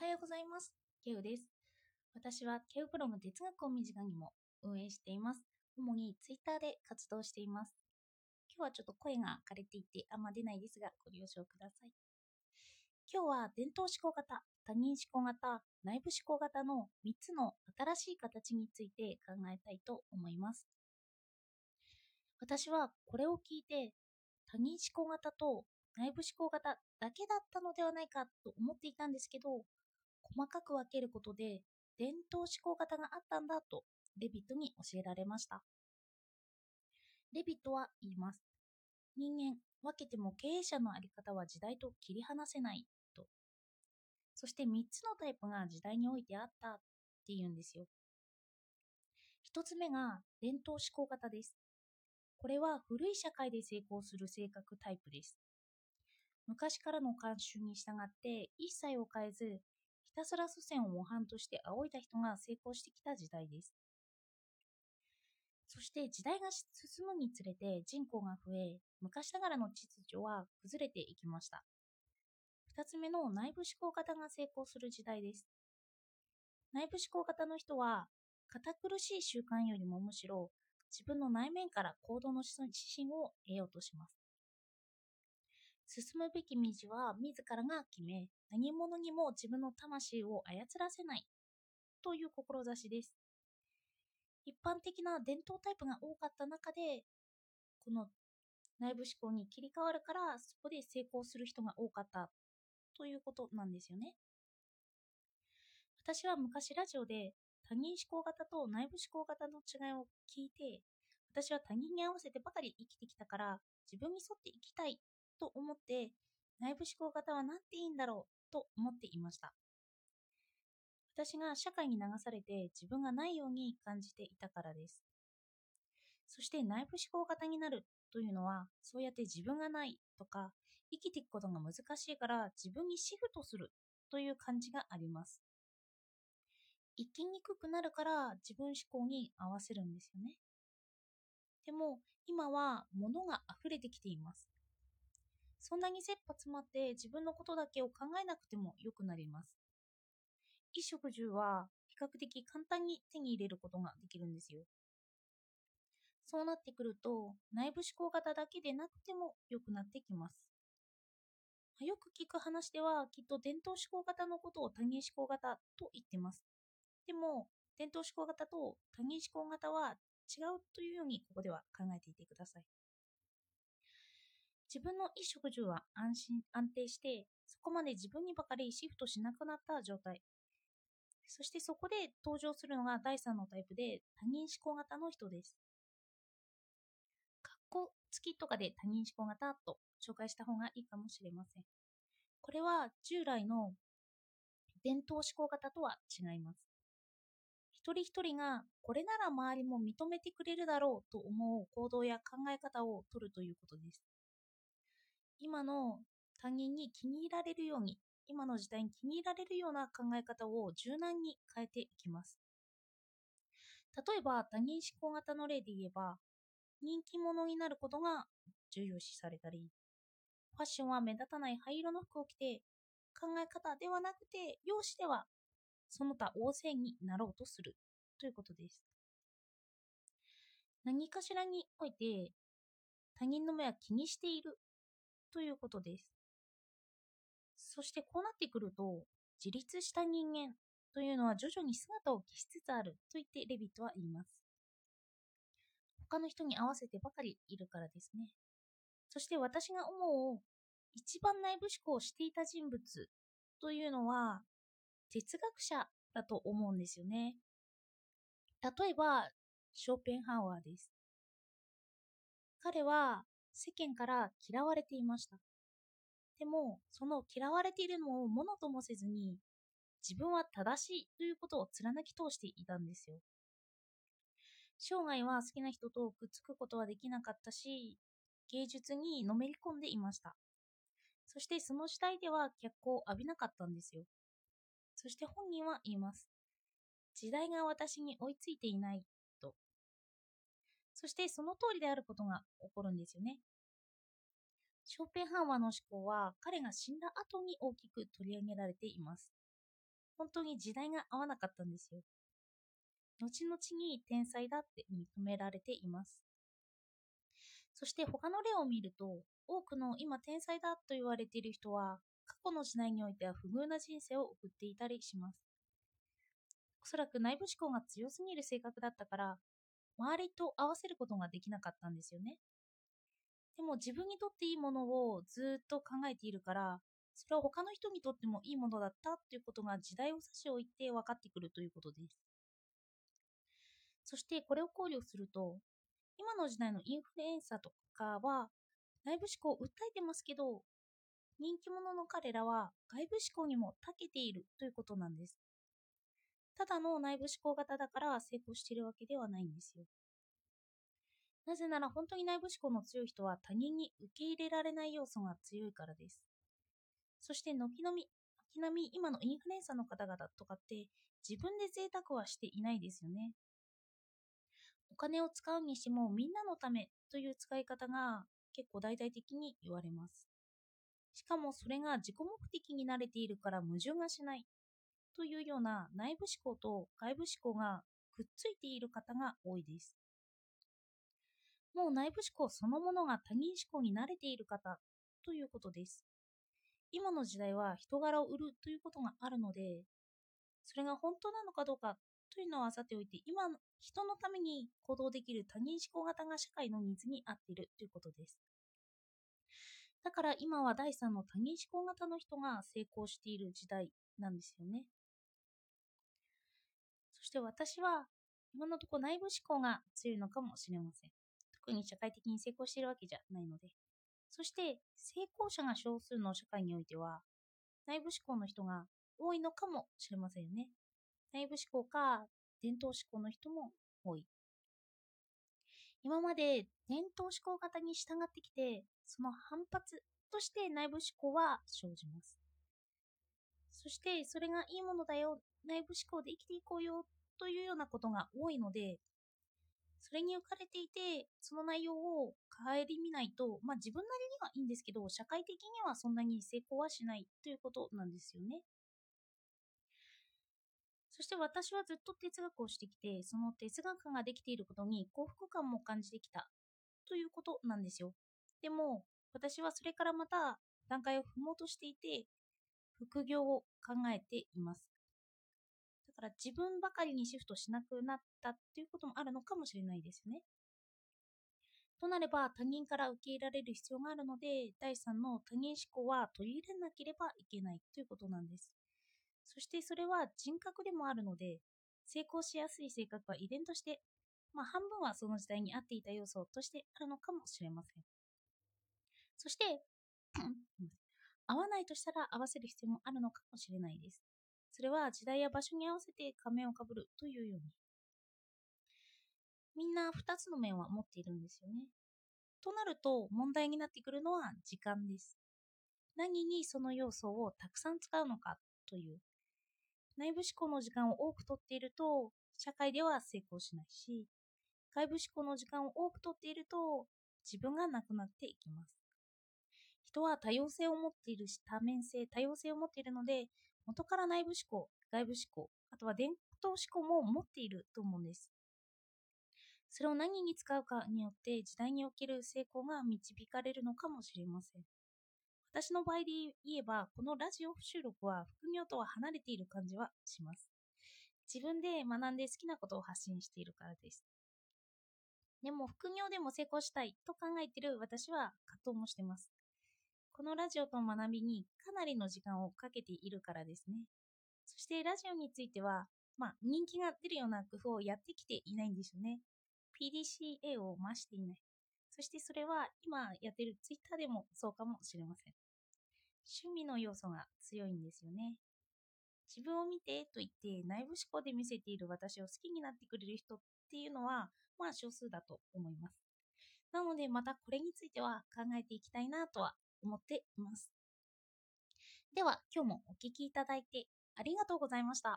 おはようございます。ケウです。私はケウブログ哲学を身近にも運営しています。主にツイッターで活動しています。今日はちょっと声が枯れていてあんま出ないですがご了承ください。今日は伝統思考型、他人思考型、内部思考型の3つの新しい形について考えたいと思います。私はこれを聞いて他人思考型と内部思考型だけだったのではないかと思っていたんですけど、細かく分けることで伝統思考型があったんだとレビットに教えられました。レビットは言います。人間、分けても経営者のあり方は時代と切り離せないと。そして3つのタイプが時代においてあったっていうんですよ。1つ目が伝統思考型です。これは古い社会で成功する性格タイプです。昔からの慣習に従って一切を変えず、ひたすら祖先を模範として仰いだ人が成功してきた時代です。そして時代が進むにつれて人口が増え、昔ながらの秩序は崩れていきました。2つ目の内部思考型が成功する時代です。内部思考型の人は、堅苦しい習慣よりもむしろ自分の内面から行動の指針を得ようとします。進むべき道は自らが決め、何者にも自分の魂を操らせないという志です。一般的な伝統タイプが多かった中で、この内部思考に切り替わるから、そこで成功する人が多かったということなんですよね。私は昔ラジオで他人思考型と内部思考型の違いを聞いて、私は他人に合わせてばかり生きてきたから自分に沿って生きたいと思って、内部思考型は何ていいんだろうと思っていました。私が社会に流されて自分がないように感じていたからです。そして内部思考型になるというのは、そうやって自分がないとか生きていくことが難しいから自分にシフトするという感じがあります。生きにくくなるから自分思考に合わせるんですよね。でも今は物が溢れてきています。そんなに切羽詰まって自分のことだけを考えなくてもよくなります。衣食住は比較的簡単に手に入れることができるんですよ。そうなってくると内部思考型だけでなくても良くなってきます。よく聞く話ではきっと伝統思考型のことを他人思考型と言ってます。でも伝統思考型と他人思考型は違うというようにここでは考えていてください。自分の衣食住は安定してそこまで自分にばかりシフトしなくなった状態。そしてそこで登場するのが第3のタイプで他人思考型の人です。括弧付きとかで他人思考型と紹介した方がいいかもしれません。これは従来の伝統思考型とは違います。一人一人がこれなら周りも認めてくれるだろうと思う行動や考え方を取るということです。今の他人に気に入られるように、今の時代に気に入られるような考え方を柔軟に変えていきます。例えば他人思考型の例で言えば、人気者になることが重要視されたり、ファッションは目立たない灰色の服を着て、考え方ではなくて、容姿ではその他大勢になろうとするということです。何かしらにおいて他人の目は気にしているということです。そしてこうなってくると、自立した人間というのは徐々に姿を消しつつあると言ってレビットは言います。他の人に合わせてばかりいるからですね。そして私が思う一番内部思考をしていた人物というのは哲学者だと思うんですよね。例えばショーペンハウアーです。彼は世間から嫌われていました。でもその嫌われているのをものともせずに、自分は正しいということを貫き通していたんですよ。生涯は好きな人とくっつくことはできなかったし、芸術にのめり込んでいました。そしてその時代では脚光を浴びなかったんですよ。そして本人は言います。時代が私に追いついていないと。そしてその通りであることが起こるんですよね。ショーペンハウアーの思考は彼が死んだ後に大きく取り上げられています。 本当に時代が合わなかったんですよ。後々に天才だって認められています。そして他の例を見ると、多くの今天才だと言われている人は、過去の時代においては不遇な人生を送っていたりします。おそらく内部思考が強すぎる性格だったから、周りと合わせることができなかったんですよね。でも自分にとっていいものをずっと考えているから、それは他の人にとってもいいものだったということが時代を差し置いて分かってくるということです。そしてこれを考慮すると、今の時代のインフルエンサーとかは内部思考を訴えてますけど、人気者の彼らは外部思考にも長けているということなんです。ただの内部思考型だから成功しているわけではないんですよ。なぜなら本当に内部思考の強い人は他人に受け入れられない要素が強いからです。そして軒並み今のインフルエンサーの方々とかって自分で贅沢はしていないですよね。お金を使うにしてもみんなのためという使い方が結構大々的に言われます。しかもそれが自己目的に慣れているから矛盾がしないというような内部思考と外部思考がくっついている方が多いです。もう内部思考そのものが他人思考に慣れている方ということです。今の時代は人柄を売るということがあるので、それが本当なのかどうかというのはさておいて、今の人のために行動できる他人思考型が社会のニーズに合っているということです。だから今は第三の他人思考型の人が成功している時代なんですよね。そして私は今のところ内部思考が強いのかもしれません。特に社会的に成功しているわけじゃないので。そして成功者が少数の社会においては内部思考の人が多いのかもしれませんね。内部思考か伝統思考の人も多い。今まで伝統思考型に従ってきて、その反発として内部思考は生じます。そしてそれがいいものだよ、内部思考で生きていこうよというようなことが多いので、それに浮かれていて、その内容を顧みないと、自分なりにはいいんですけど、社会的にはそんなに成功はしないということなんですよね。そして私はずっと哲学をしてきて、その哲学ができていることに幸福感も感じてきたということなんですよ。でも、私はそれからまた段階を踏もうとしていて、副業を考えています。だから自分ばかりにシフトしなくなったっていうこともあるのかもしれないですね。となれば他人から受け入れられる必要があるので、第3の他人思考は取り入れなければいけないということなんです。そしてそれは人格でもあるので、成功しやすい性格は遺伝として、半分はその時代に合っていた要素としてあるのかもしれません。そして合わないとしたら合わせる必要もあるのかもしれないです。それは時代や場所に合わせて仮面をかぶるというように。みんな2つの面は持っているんですよね。となると問題になってくるのは時間です。何にその要素をたくさん使うのかという。内部思考の時間を多くとっていると社会では成功しないし、外部思考の時間を多くとっていると自分がなくなっていきます。人は多様性を持っているし、多様性を持っているので、元から内部思考、外部思考、あとは伝統思考も持っていると思うんです。それを何に使うかによって時代における成功が導かれるのかもしれません。私の場合で言えば、このラジオ収録は副業とは離れている感じはします。自分で学んで好きなことを発信しているからです。でも副業でも成功したいと考えている私は葛藤もしてます。このラジオとの学びにかなりの時間をかけているからですね。そしてラジオについては、人気が出るような工夫をやってきていないんですよね。PDCA を増していない。そしてそれは今やってる Twitter でもそうかもしれません。趣味の要素が強いんですよね。自分を見てと言って内部思考で見せている私を好きになってくれる人っていうのは少数だと思います。なのでまたこれについては考えていきたいなとは思っています。では今日もお聞きいただいてありがとうございました。